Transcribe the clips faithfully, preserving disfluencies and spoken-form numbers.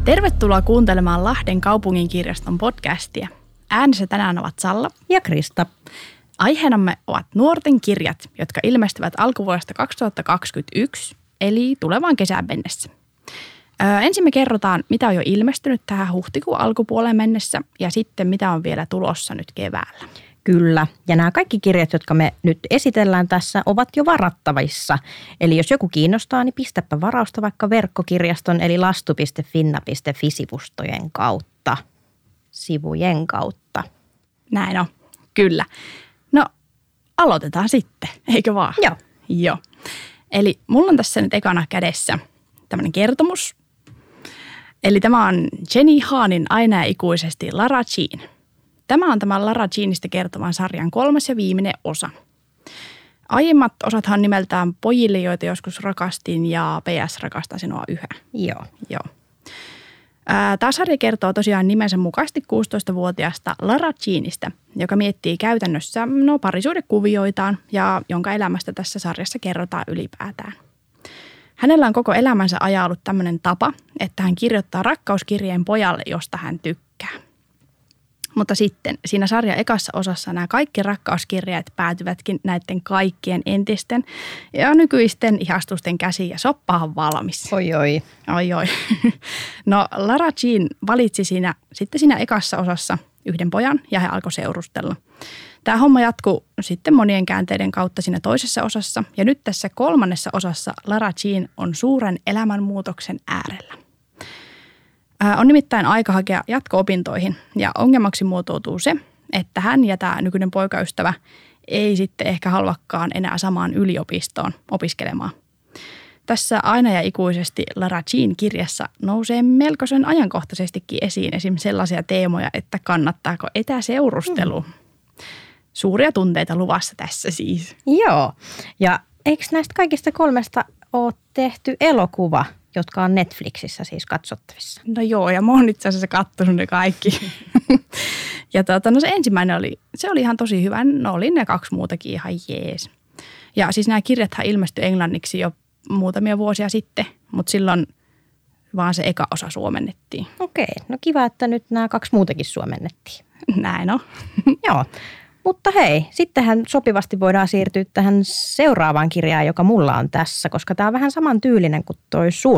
Tervetuloa kuuntelemaan Lahden kaupungin kirjaston podcastia. Äänessä tänään ovat Salla ja Krista. Aiheenamme ovat nuorten kirjat, jotka ilmestyvät alkuvuodesta kaksituhattakaksikymmentäyksi, eli tulevaan kesään mennessä. Öö, ensin me kerrotaan, mitä on jo ilmestynyt tähän huhtikuun alkupuoleen mennessä ja sitten mitä on vielä tulossa nyt keväällä. Kyllä, ja nämä kaikki kirjat, jotka me nyt esitellään tässä, ovat jo varattavissa. Eli jos joku kiinnostaa, niin pistäpä varausta vaikka verkkokirjaston eli lastu piste finna piste fi-sivustojen kautta, sivujen kautta. Näin on, kyllä. No, aloitetaan sitten, eikö vaan? Joo. Joo. Eli mulla on tässä nyt ekana kädessä tämmöinen kertomus. Eli tämä on Jenny Hanin Aina ja ikuisesti Lara Jean. Tämä on tämän Lara Jeanista kertovan sarjan kolmas ja viimeinen osa. Aiemmat osathan nimeltään Pojille, joita joskus rakastin ja P S rakastaa sinua yhä. Joo. Joo. Tämä sarja kertoo tosiaan nimensä mukaisesti kuusitoistavuotiaasta Lara Jeanista, joka miettii käytännössä no, parisuhdekuvioitaan ja jonka elämästä tässä sarjassa kerrotaan ylipäätään. Hänellä on koko elämänsä ajan ollut tämmöinen tapa, että hän kirjoittaa rakkauskirjeen pojalle, josta hän tykkää. Mutta sitten siinä sarjan ekassa osassa nämä kaikki rakkauskirjeet päätyvätkin näiden kaikkien entisten ja nykyisten ihastusten käsiin ja soppa on valmis. Oi oi. Oi oi. No Lara Jean valitsi siinä, sitten siinä ekassa osassa yhden pojan ja he alkoi seurustella. Tämä homma jatkuu sitten monien käänteiden kautta siinä toisessa osassa ja nyt tässä kolmannessa osassa Lara Jean on suuren elämänmuutoksen äärellä. On nimittäin aika hakea jatko-opintoihin ja ongelmaksi muotoutuu se, että hän ja tämä nykyinen poikaystävä ei sitten ehkä haluakaan enää samaan yliopistoon opiskelemaan. Tässä Aina ja ikuisesti Lara Jean kirjassa nousee melkoisen ajankohtaisestikin esiin esimerkiksi sellaisia teemoja, että kannattaako etäseurustelu. Mm. Suuria tunteita luvassa tässä siis. Joo, ja eikö näistä kaikista kolmesta ole tehty elokuva, jotka on Netflixissä siis katsottavissa? No joo, ja mä oon itse asiassa kattonut ne kaikki. ja tuota, no se ensimmäinen oli, se oli ihan tosi hyvä. No oli ne kaksi muutakin ihan jees. Ja siis nämä kirjathan ilmestyi englanniksi jo muutamia vuosia sitten, mutta silloin vaan se eka osa suomennettiin. Okei, no kiva, että nyt nämä kaksi muutakin suomennettiin. Näin on. Joo. Mutta hei, sittenhän sopivasti voidaan siirtyä tähän seuraavaan kirjaan, joka mulla on tässä, koska tämä on vähän saman tyylinen kuin toi sun.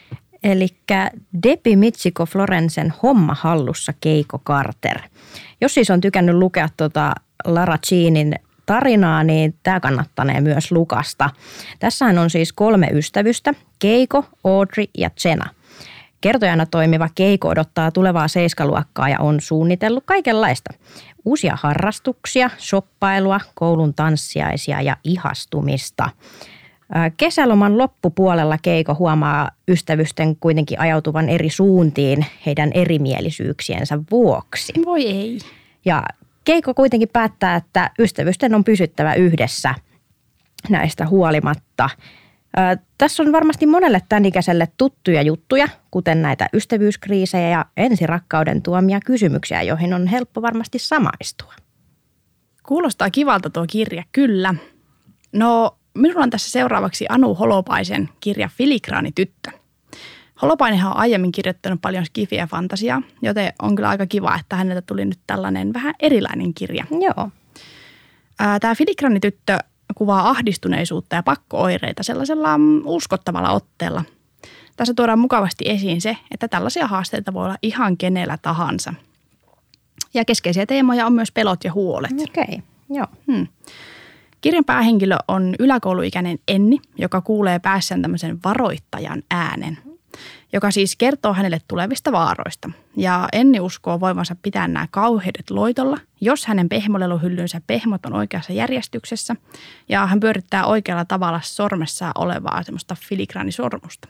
Elikkä Debbie Mitchiko Florensen Homma hallussa Keiko Carter. Jos siis on tykännyt lukea tuota Lara Jeanin tarinaa, niin tämä kannattanee myös lukasta. Tässähän on siis kolme ystävystä, Keiko, Audrey ja Jenna. Kertojana toimiva Keiko odottaa tulevaa seiskaluokkaa ja on suunnitellut kaikenlaista. Uusia harrastuksia, shoppailua, koulun tanssiaisia ja ihastumista. Kesäloman loppupuolella Keiko huomaa ystävysten kuitenkin ajautuvan eri suuntiin heidän erimielisyyksiensä vuoksi. Voi ei. Ja Keiko kuitenkin päättää, että ystävysten on pysyttävä yhdessä näistä huolimatta. Tässä on varmasti monelle tämän ikäiselle tuttuja juttuja, kuten näitä ystävyyskriisejä ja ensirakkauden tuomia kysymyksiä, joihin on helppo varmasti samaistua. Kuulostaa kivalta tuo kirja, kyllä. No, minulla on tässä seuraavaksi Anu Holopaisen kirja Filigraanityttö. Holopainenhan on aiemmin kirjoittanut paljon skifiä ja fantasiaa, joten on kyllä aika kiva, että häneltä tuli nyt tällainen vähän erilainen kirja. Joo. Tämä Filigraanityttö kuvaa ahdistuneisuutta ja pakko-oireita sellaisella uskottavalla otteella. Tässä tuodaan mukavasti esiin se, että tällaisia haasteita voi olla ihan kenellä tahansa. Ja keskeisiä teemoja on myös pelot ja huolet. Okei, okay, joo. Hmm. Kirjan päähenkilö on yläkouluikäinen Enni, joka kuulee päässään tämmöisen varoittajan äänen, joka siis kertoo hänelle tulevista vaaroista. Ja Enni uskoo voivansa pitää nämä kauheudet loitolla, jos hänen pehmoleluhyllynsä pehmot on oikeassa järjestyksessä ja hän pyörittää oikealla tavalla sormessaan olevaa semmoista filigraanisormusta.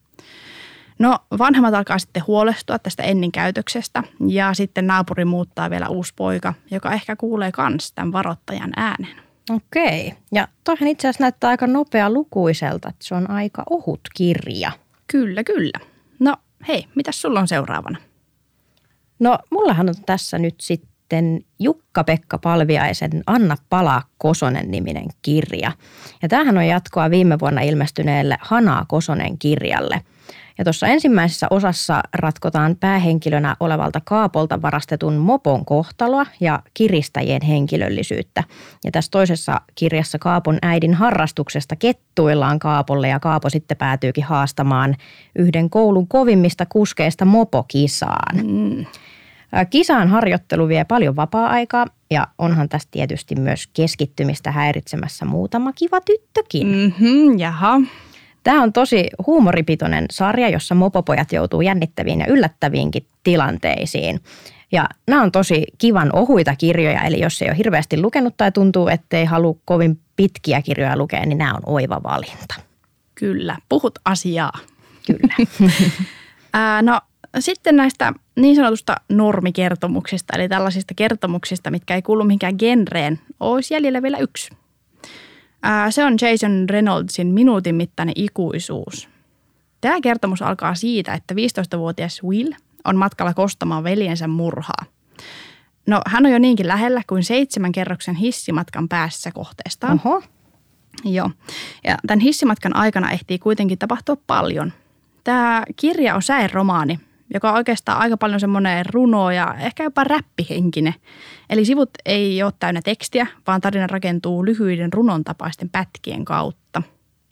No vanhemmat alkaa sitten huolestua tästä Ennin käytöksestä ja sitten naapuri muuttaa vielä uusi poika, joka ehkä kuulee kans tämän varoittajan äänen. Okei, ja toihan itse asiassa näyttää aika nopea lukuiselta, että se on aika ohut kirja. Kyllä, kyllä. No hei, mitäs sulla on seuraavana? No mullahan on tässä nyt sitten sitten Jukka-Pekka Palviaisen Anna palaa Kosonen -niminen kirja. Ja tämähän on jatkoa viime vuonna ilmestyneelle Hanaa Kosonen -kirjalle. Ja tuossa ensimmäisessä osassa ratkotaan päähenkilönä olevalta Kaapolta varastetun mopon kohtaloa ja kiristäjien henkilöllisyyttä. Ja tässä toisessa kirjassa Kaapon äidin harrastuksesta kettuillaan Kaapolle ja Kaapo sitten päätyykin haastamaan yhden koulun kovimmista kuskeista mopokisaan. Mm. Kisaan harjoittelu vie paljon vapaa-aikaa ja onhan tässä tietysti myös keskittymistä häiritsemässä muutama kiva tyttökin. Mm-hmm, jaha. Tämä on tosi huumoripitoinen sarja, jossa mopopojat joutuu jännittäviin ja yllättäviinkin tilanteisiin. Ja nämä on tosi kivan ohuita kirjoja, eli jos ei ole hirveästi lukenut tai tuntuu, ettei halua kovin pitkiä kirjoja lukea, niin nämä on oiva valinta. Kyllä, puhut asiaa. Kyllä. Ää, no sitten näistä niin sanotusta normikertomuksista, eli tällaisista kertomuksista, mitkä ei kuulu mihinkään genreen, olisi jäljellä vielä yksi. Se on Jason Reynoldsin Minuutin mittainen ikuisuus. Tämä kertomus alkaa siitä, että viisitoistavuotias Will on matkalla kostamaan veljensä murhaa. No, hän on jo niinkin lähellä kuin seitsemän kerroksen hissimatkan päässä kohteestaan. Oho. Joo. Ja tämän hissimatkan aikana ehtii kuitenkin tapahtua paljon. Tämä kirja on säeromaani, joka on oikeastaan aika paljon semmoinen runo ja ehkä jopa räppihenkinen. Eli sivut ei ole täynnä tekstiä, vaan tarina rakentuu lyhyiden runon tapaisten pätkien kautta.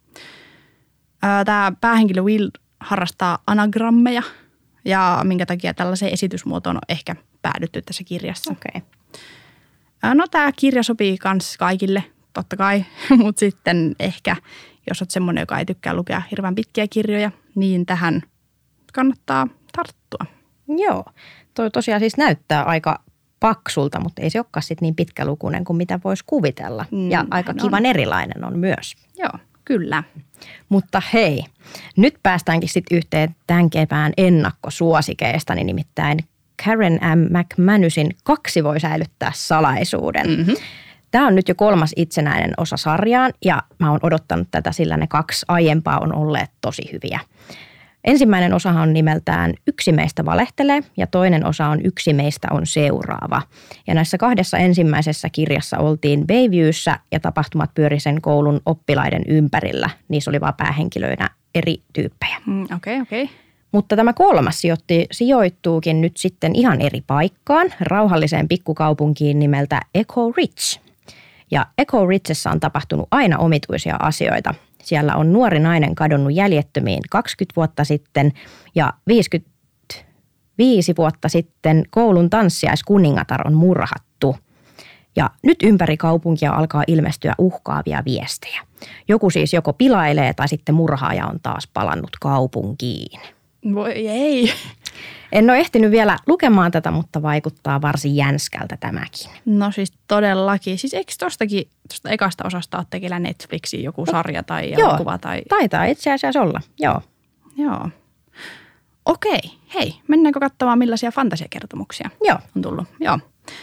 Tämä päähenkilö Will harrastaa anagrammeja ja minkä takia tällaiseen esitysmuotoon on ehkä päädytty tässä kirjassa. Okay. No tämä kirja sopii myös kaikille, totta kai, mutta sitten ehkä jos olet semmoinen, joka ei tykkää lukea hirveän pitkiä kirjoja, niin tähän kannattaa tarttua. Joo, toi tosiaan siis näyttää aika paksulta, mutta ei se olekaan sitten niin pitkälukuinen kuin mitä voisi kuvitella. Mm, ja aika kivan on. Erilainen on myös. Joo, kyllä. Mutta hei, nyt päästäänkin sitten yhteen tämän kevään ennakkosuosikeista, niin nimittäin Karen M. McManusin Kaksi voi säilyttää salaisuuden. Mm-hmm. Tämä on nyt jo kolmas itsenäinen osa sarjaan ja mä oon odottanut tätä, sillä ne kaksi aiempaa on olleet tosi hyviä. Ensimmäinen osahan on nimeltään Yksi meistä valehtelee ja toinen osa on Yksi meistä on seuraava. Ja näissä kahdessa ensimmäisessä kirjassa oltiin Bayviewssä ja tapahtumat pyöri sen koulun oppilaiden ympärillä. Niissä oli vaan päähenkilöinä eri tyyppejä. Okei, mm, okei. Okay, okay. Mutta tämä kolmas sijoitti, sijoittuukin nyt sitten ihan eri paikkaan, rauhalliseen pikkukaupunkiin nimeltä Echo Ridge. Ja Echo Ridgessä on tapahtunut aina omituisia asioita. Siellä on nuori nainen kadonnut jäljettömiin kaksikymmentä vuotta sitten ja viisikymmentäviisi vuotta sitten koulun tanssiaiskuningatar on murhattu. Ja nyt ympäri kaupunkia alkaa ilmestyä uhkaavia viestejä. Joku siis joko pilailee tai sitten murhaaja on taas palannut kaupunkiin. Voi ei. En ole ehtinyt vielä lukemaan tätä, mutta vaikuttaa varsin jänskältä tämäkin. No siis todellakin. Siis eikö tostakin, tuosta ekasta osasta ole tekeillä Netflixiin joku sarja tai Joo, elokuva? Tai... taitaa itse asiassa olla, joo. Joo. Okei, hei, mennäänkö katsomaan millaisia fantasiakertomuksia Joo. on tullut? Joo.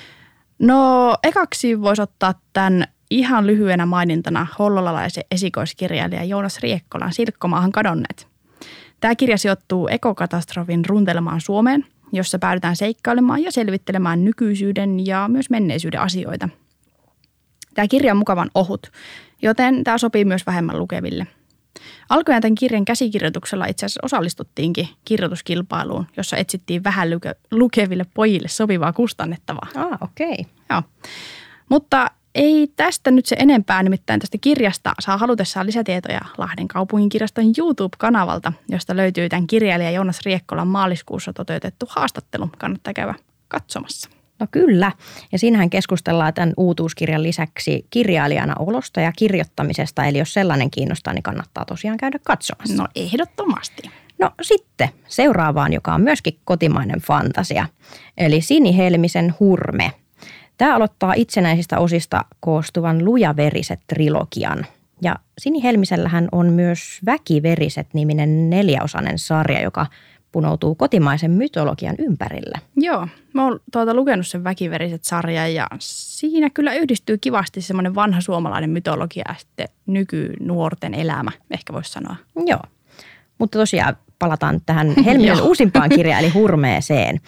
No ekaksi voisi ottaa tämän ihan lyhyenä mainintana hollolalaisen esikoiskirjailija Joonas Riekkolan Silkkomaahan kadonneet. Tämä kirja sijoittuu ekokatastrofin runtelmaan Suomeen, jossa päädytään seikkailemaan ja selvittelemään nykyisyyden ja myös menneisyyden asioita. Tämä kirja on mukavan ohut, joten tämä sopii myös vähemmän lukeville. Alkujaan tämän kirjan käsikirjoituksella itse asiassa osallistuttiinkin kirjoituskilpailuun, jossa etsittiin vähän luke- lukeville pojille sopivaa kustannettavaa. Ah, okei. Okay. Joo. Mutta ei tästä nyt se enempää, nimittäin tästä kirjasta saa halutessaan lisätietoja Lahden kaupunginkirjaston YouTube-kanavalta, josta löytyy tämän kirjailija Joonas Riekkolan maaliskuussa toteutettu haastattelu. Kannattaa käydä katsomassa. No kyllä, ja siinähän keskustellaan tämän uutuuskirjan lisäksi kirjailijana olosta ja kirjoittamisesta, eli jos sellainen kiinnostaa, niin kannattaa tosiaan käydä katsomassa. No ehdottomasti. No sitten seuraavaan, joka on myöskin kotimainen fantasia, eli Sini Helmisen Hurme. Tämä aloittaa itsenäisistä osista koostuvan Lujaveriset trilogian. Ja Sini Helmisellähän on myös Väkiveriset-niminen neljäosainen sarja, joka punoutuu kotimaisen mytologian ympärille. Joo, mä oon tuota lukenut sen Väkiveriset-sarjan ja siinä kyllä yhdistyy kivasti semmoinen vanha suomalainen mytologia ja sitten nykynuorten elämä, ehkä voisi sanoa. Joo, mutta tosiaan palataan tähän Helmisen uusimpaan kirjaan eli Hurmeeseen.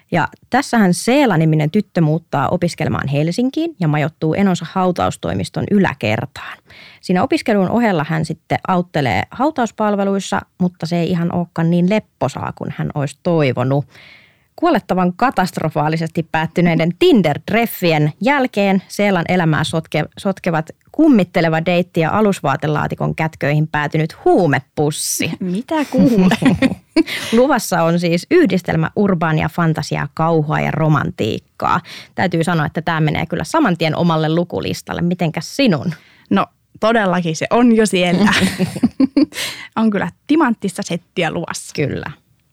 Ja tässähän Seela-niminen tyttö muuttaa opiskelemaan Helsinkiin ja majoittuu enonsa hautaustoimiston yläkertaan. Siinä opiskelun ohella hän sitten auttelee hautauspalveluissa, mutta se ei ihan olekaan niin lepposaa kuin hän olisi toivonut. Kuolettavan katastrofaalisesti päättyneiden Tinder-treffien jälkeen Seelan elämää sotke, sotkevat kummitteleva deitti ja alusvaatelaatikon kätköihin päätynyt huumepussi. Mitä kuule? Luvassa on siis yhdistelmä urbaania fantasiaa, kauhua ja romantiikkaa. Täytyy sanoa, että tämä menee kyllä saman tien omalle lukulistalle. Mitenkäs sinun? No todellakin se on jo siellä. On kyllä timanttista settiä luvassa. Kyllä.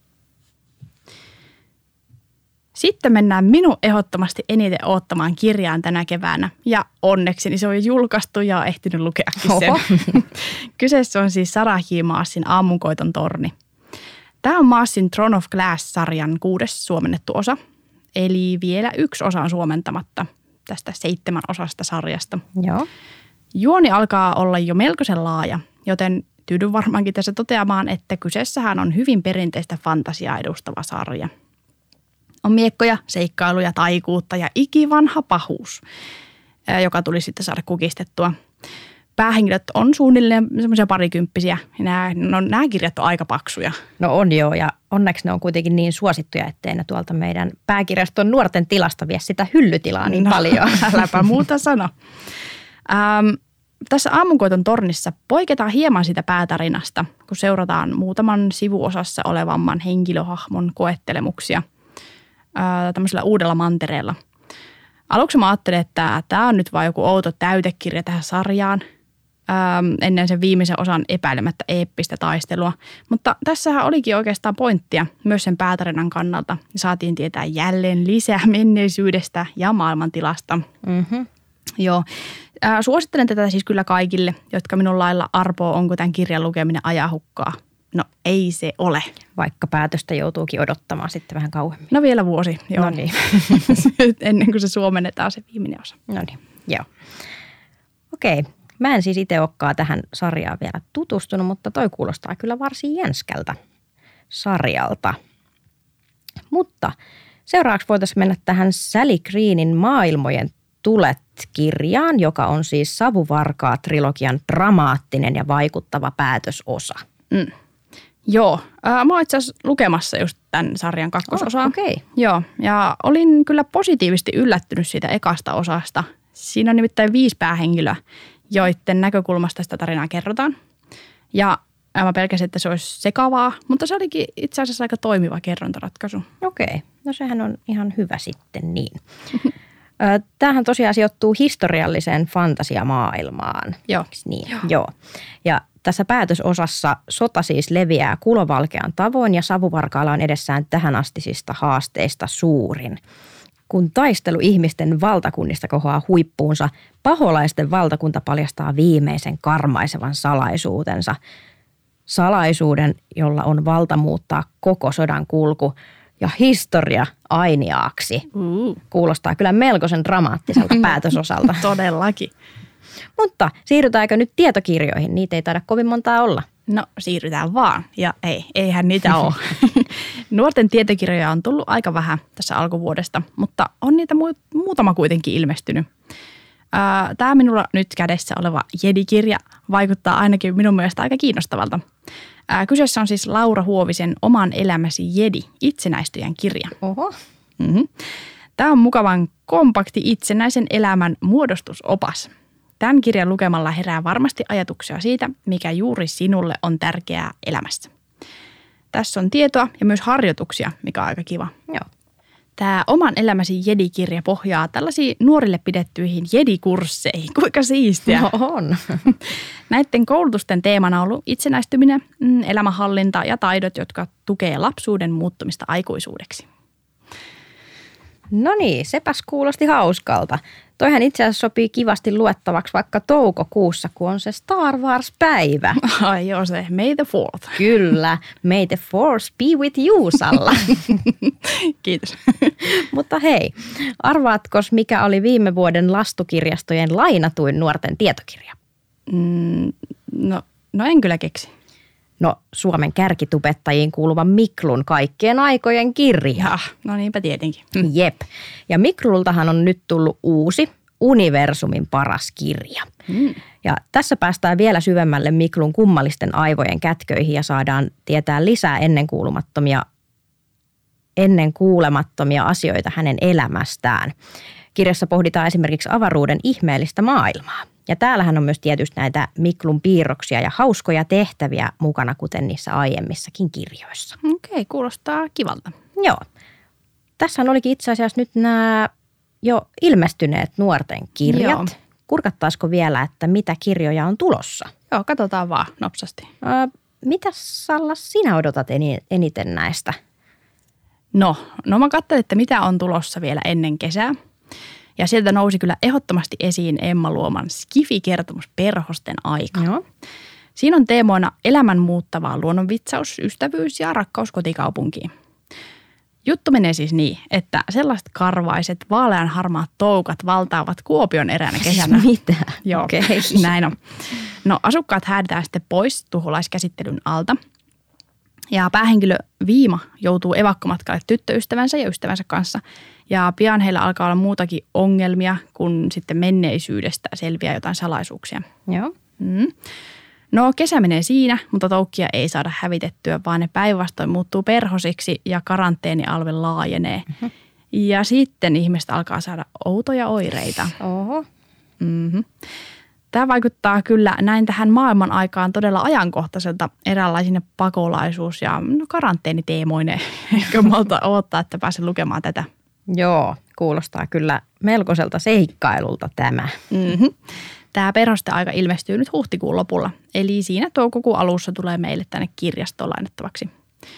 Sitten mennään minun ehdottomasti eniten odottamaan kirjaan tänä keväänä. Ja onneksi niin se on jo julkaistu ja on ehtinyt lukeakin sen. Kyseessä on siis Sarah J. Maasin Aamunkoiton torni. Tämä on Maasin Throne of Glass-sarjan kuudes suomennettu osa. Eli vielä yksi osa on suomentamatta tästä seitsemän osasta sarjasta. Joo. Juoni alkaa olla jo melkoisen laaja, joten tyydyn varmaankin tässä toteamaan, että kyseessähän on hyvin perinteistä fantasiaa edustava sarja. On miekkoja, seikkailuja, taikuutta ja ikivanha pahuus, joka tuli sitten saada kukistettua. Päähenkilöt on suunnilleen semmoisia parikymppisiä. Nämä, no, nämä kirjat on aika paksuja. No on joo, ja onneksi ne on kuitenkin niin suosittuja, ettei ne tuolta meidän pääkirjaston nuorten tilasta vie sitä hyllytilaa niin no, paljon. Äläpä muuta sano. Ähm, tässä Aamunkoiton tornissa poiketaan hieman sitä päätarinasta, kun seurataan muutaman sivuosassa olevamman henkilöhahmon koettelemuksia äh, tämmöisellä uudella mantereella. Aluksi mä ajattelin, että tämä on nyt vaan joku outo täytekirja tähän sarjaan, ähm, ennen sen viimeisen osan epäilemättä eeppistä taistelua. Mutta tässähän olikin oikeastaan pointtia myös sen päätarinan kannalta. Saatiin tietää jälleen lisää menneisyydestä ja maailmantilasta. Mm-hmm. Joo. Äh, suosittelen tätä siis kyllä kaikille, jotka minun lailla arpoo, onko tämän kirjan lukeminen ajahukkaa. No ei se ole. Vaikka päätöstä joutuukin odottamaan sitten vähän kauemmin. No vielä vuosi, joo. No niin. Ennen kuin se suomennetaan se viimeinen osa. No niin, joo. Okei, mä en siis itse olekaan tähän sarjaan vielä tutustunut, mutta toi kuulostaa kyllä varsin jänskältä sarjalta. Mutta seuraavaksi voitaisiin mennä tähän Sally Greenin Maailmojen tulet-kirjaan, joka on siis Savuvarkaa-trilogian dramaattinen ja vaikuttava päätösosa. Mm. Joo, äh, mä oon itse asiassa lukemassa just tämän sarjan kakkososaa. Oh, okei. Okay. Joo, ja olin kyllä positiivisesti yllättynyt siitä ekasta osasta. Siinä on nimittäin viisi päähenkilöä, joiden näkökulmasta sitä tarinaa kerrotaan. Ja mä pelkäsin, että se olisi sekavaa, mutta se olikin itse asiassa aika toimiva kerrontaratkaisu. Okei, okay. No sehän on ihan hyvä sitten niin. Tämähän tosiaan sijoittuu historialliseen fantasiamaailmaan. Joo. Niin? Joo. Joo. Ja tässä päätösosassa sota siis leviää kulovalkean tavoin ja Savuvarkaalla on edessään tähänastisista haasteista suurin. Kun taistelu ihmisten valtakunnista kohoaa huippuunsa, paholaisten valtakunta paljastaa viimeisen karmaisevan salaisuutensa. Salaisuuden, jolla on valta muuttaa koko sodan kulku ja historia ainiaaksi. Uh. Kuulostaa kyllä melkoisen dramaattiselta päätösosalta. Todellakin. Mutta siirrytäänkö nyt tietokirjoihin? Niitä ei taida kovin montaa olla. No siirrytään vaan. Ja ei, eihän niitä ole. Nuorten tietokirjoja on tullut aika vähän tässä alkuvuodesta, mutta on niitä mu- muutama kuitenkin ilmestynyt. Tämä minulla nyt kädessä oleva Jedi-kirja vaikuttaa ainakin minun mielestä aika kiinnostavalta. Kyseessä on siis Laura Huovisen Oman elämäsi Jedi, itsenäistyjän kirja. Oho. Mm-hmm. Tämä on mukavan kompakti itsenäisen elämän muodostusopas. Tämän kirjan lukemalla herää varmasti ajatuksia siitä, mikä juuri sinulle on tärkeää elämässä. Tässä on tietoa ja myös harjoituksia, mikä on aika kiva. Joo. Tämä Oman elämäsi Jedi-kirja pohjaa tällaisiin nuorille pidettyihin Jedi-kursseihin. Kuinka siistiä. No on. Näiden koulutusten teemana on ollut itsenäistyminen, elämänhallinta ja taidot, jotka tukee lapsuuden muuttumista aikuisuudeksi. No niin, sepäs kuulosti hauskalta. Toihan itse asiassa sopii kivasti luettavaksi vaikka toukokuussa, kun on se Star Wars-päivä. Ai joo, se May the fourth. Kyllä, May the force be with you, Salla. Kiitos. Mutta hei, arvaatkos mikä oli viime vuoden lastukirjastojen lainatuin nuorten tietokirja? Mm, no, no en kyllä keksi. No Suomen kärkitubettajiin kuuluva Miklun kaikkien aikojen kirja. Ja, no niinpä tietenkin. Jep. Ja Miklultahan on nyt tullut uusi universumin paras kirja. Mm. Ja tässä päästään vielä syvemmälle Miklun kummallisten aivojen kätköihin ja saadaan tietää lisää ennenkuulumattomia, ennenkuulemattomia asioita hänen elämästään. Kirjassa pohditaan esimerkiksi avaruuden ihmeellistä maailmaa. Ja täällähän on myös tietysti näitä Miklun piirroksia ja hauskoja tehtäviä mukana, kuten niissä aiemmissakin kirjoissa. Okei, kuulostaa kivalta. Joo. Tässähän olikin itse asiassa nyt nämä jo ilmestyneet nuorten kirjat. Joo. Kurkattaisiko vielä, että mitä kirjoja on tulossa? Joo, katsotaan vaan nopsasti. Öö, mitä Salla sinä odotat eniten näistä? No, no mä katselin, että mitä on tulossa vielä ennen kesää. Ja sieltä nousi kyllä ehdottomasti esiin Emma Luoman Skifi-kertomus Perhosten aika. Joo. Siinä on teemoina elämän muuttava luonnonvitsaus, ystävyys ja rakkaus kotikaupunkiin. Juttu menee siis niin, että sellaiset karvaiset vaalean harmaat toukat valtaavat Kuopion eräänä kesänä. Mitä? Joo, okay. Näin on. No asukkaat häädetään sitten pois tuholaiskäsittelyn alta. Ja päähenkilö Viima joutuu evakkomatkalle tyttöystävänsä ja ystävänsä kanssa. Ja pian heillä alkaa olla muutakin ongelmia, kun sitten menneisyydestä selviää jotain salaisuuksia. Joo. Mm. No kesä menee siinä, mutta toukkia ei saada hävitettyä, vaan ne päinvastoin muuttuu perhosiksi ja karanteenialue laajenee. Mm-hmm. Ja sitten ihmiset alkaa saada outoja oireita. Oho. Mm-hmm. Tämä vaikuttaa kyllä näin tähän maailman aikaan todella ajankohtaiselta eräänlaisine pakolaisuus- ja no, karanteeniteemoineen. Eikö malta odottaa, että pääsen lukemaan tätä? Joo, kuulostaa kyllä melkoiselta seikkailulta tämä. Mm-hmm. Tämä Perhosten aika ilmestyy nyt huhtikuun lopulla, eli siinä toukokuun alussa tulee meille tänne kirjastoon lainattavaksi.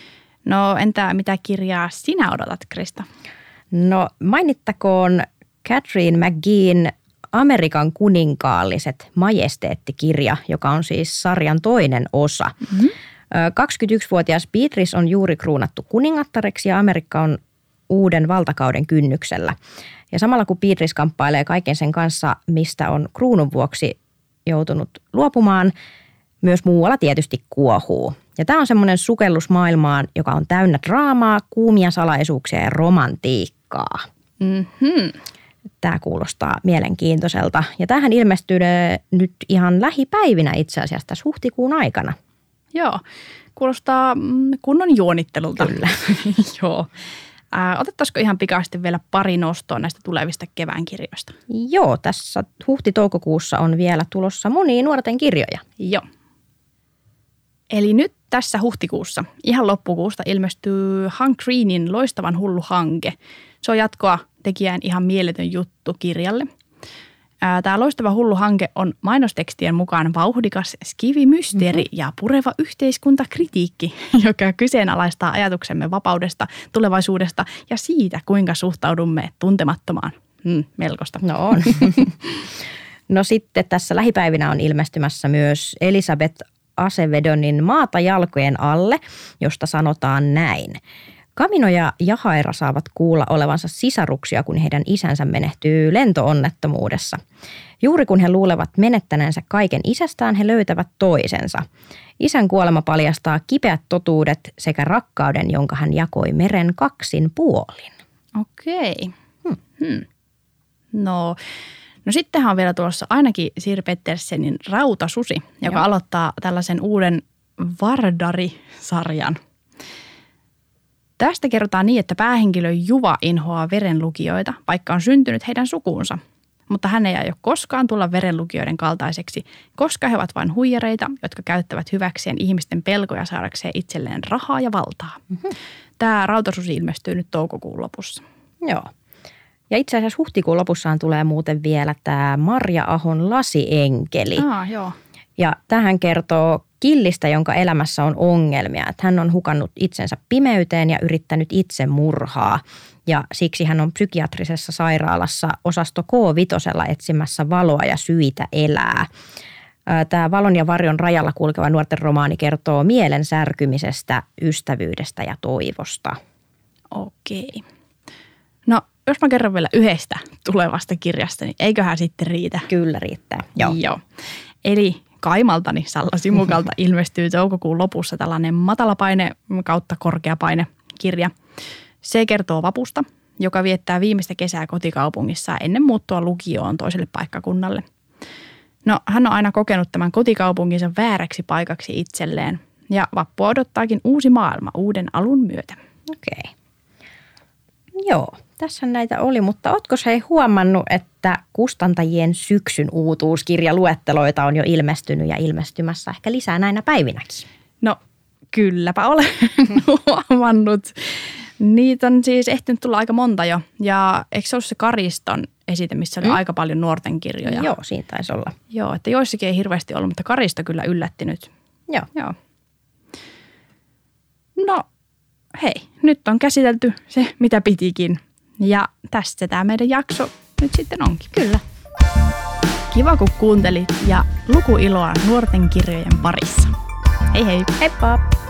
No entä mitä kirjaa sinä odotat, Krista? No mainittakoon Catherine McGee'n Amerikan kuninkaalliset majesteettikirja, joka on siis sarjan toinen osa. Mm-hmm. kaksikymmentäyksivuotias Beatrice on juuri kruunattu kuningattareksi ja Amerikka on uuden valtakauden kynnyksellä. Ja samalla kun Beatrice kamppailee kaiken sen kanssa, mistä on kruunun vuoksi joutunut luopumaan, myös muualla tietysti kuohuu. Ja tämä on semmoinen sukellus maailmaan, joka on täynnä draamaa, kuumia salaisuuksia ja romantiikkaa. Mm-hmm. Tämä kuulostaa mielenkiintoiselta. Ja tämähän ilmestyy nyt ihan lähipäivinä itse asiassa tässä huhtikuun aikana. Joo, kuulostaa kunnon juonittelulta. Kyllä. Joo. Ää, otettaisiko ihan pikaisesti vielä pari nostoa näistä tulevista kevään kirjoista? Joo, tässä huhti-toukokuussa on vielä tulossa monia nuorten kirjoja. Joo. Eli nyt tässä huhtikuussa, ihan loppukuusta, ilmestyy Hank Greenin Loistavan hullu hanke. Se on jatkoa tekijän ihan mieletön juttu kirjalle. Tämä Loistava hullu hanke on mainostekstien mukaan vauhdikas skivi-mysteeri mm-hmm. ja pureva yhteiskuntakritiikki, joka kyseenalaistaa ajatuksemme vapaudesta, tulevaisuudesta ja siitä, kuinka suhtaudumme tuntemattomaan. Hmm, melkoista. No on. No sitten tässä lähipäivinä on ilmestymässä myös Elisabeth Acevedonin Maata jalkojen alle, josta sanotaan näin. Kamino ja Jahaira saavat kuulla olevansa sisaruksia, kun heidän isänsä menehtyy lentoonnettomuudessa. Juuri kun he luulevat menettäneensä kaiken isästään, he löytävät toisensa. Isän kuolema paljastaa kipeät totuudet sekä rakkauden, jonka hän jakoi meren kaksin puolin. Okei. Hmm. Hmm. No, no sittenhän on vielä tulossa ainakin Sir Pettersenin Rautasusi, joka Joo. aloittaa tällaisen uuden Vardari-sarjan. Tästä kerrotaan niin, että päähenkilö Juva inhoaa verenlukijoita, vaikka on syntynyt heidän sukuunsa. Mutta hän ei aio koskaan tulla verenlukijoiden kaltaiseksi, koska he ovat vain huijareita, jotka käyttävät hyväkseen ihmisten pelkoja saadakseen itselleen rahaa ja valtaa. Mm-hmm. Tämä Rautasusi ilmestyy nyt toukokuun lopussa. Joo. Ja itse asiassa huhtikuun lopussaan tulee muuten vielä tämä Marja Ahon Lasienkeli. Ah, joo. Ja tähän kertoo Killistä, jonka elämässä on ongelmia. Että hän on hukannut itsensä pimeyteen ja yrittänyt itsemurhaa. Ja siksi hän on psykiatrisessa sairaalassa osasto K viisi etsimässä valoa ja syitä elää. Tämä Valon ja varjon rajalla kulkeva nuorten romaani kertoo mielen särkymisestä, ystävyydestä ja toivosta. Okei. No, jos mä kerron vielä yhdestä tulevasta kirjasta, niin eiköhän sitten riitä? Kyllä riittää. Joo. Joo. Eli kaimaltani Salla Simukalta ilmestyy toukokuun lopussa tällainen matalapaine kautta korkeapaine kirja. Se kertoo vapusta, joka viettää viimeistä kesää kotikaupungissa ennen muuttua lukioon toiselle paikkakunnalle. No, hän on aina kokenut tämän kotikaupunginsa vääräksi paikaksi itselleen ja vappua odottaakin uusi maailma uuden alun myötä. Okei. Joo, tässä näitä oli, mutta ootko hei huomannut, että kustantajien syksyn uutuuskirjaluetteloita on jo ilmestynyt ja ilmestymässä ehkä lisää näinä päivinäkin? No, kylläpä olen huomannut. Niitä on siis ehtinyt tulla aika monta jo. Ja eikö se ollut se Kariston esite, missä oli mm. aika paljon nuorten kirjoja? Joo, siinä taisi olla. Joo, että joissakin ei hirveästi ollut, mutta Karisto kyllä yllätti nyt. Joo. Joo. No, hei, nyt on käsitelty se, mitä pitikin. Ja tästä tämä meidän jakso nyt sitten onkin. Kyllä. Kiva, kun kuuntelit ja lukuiloa nuorten kirjojen parissa. Hei hei. Heippa!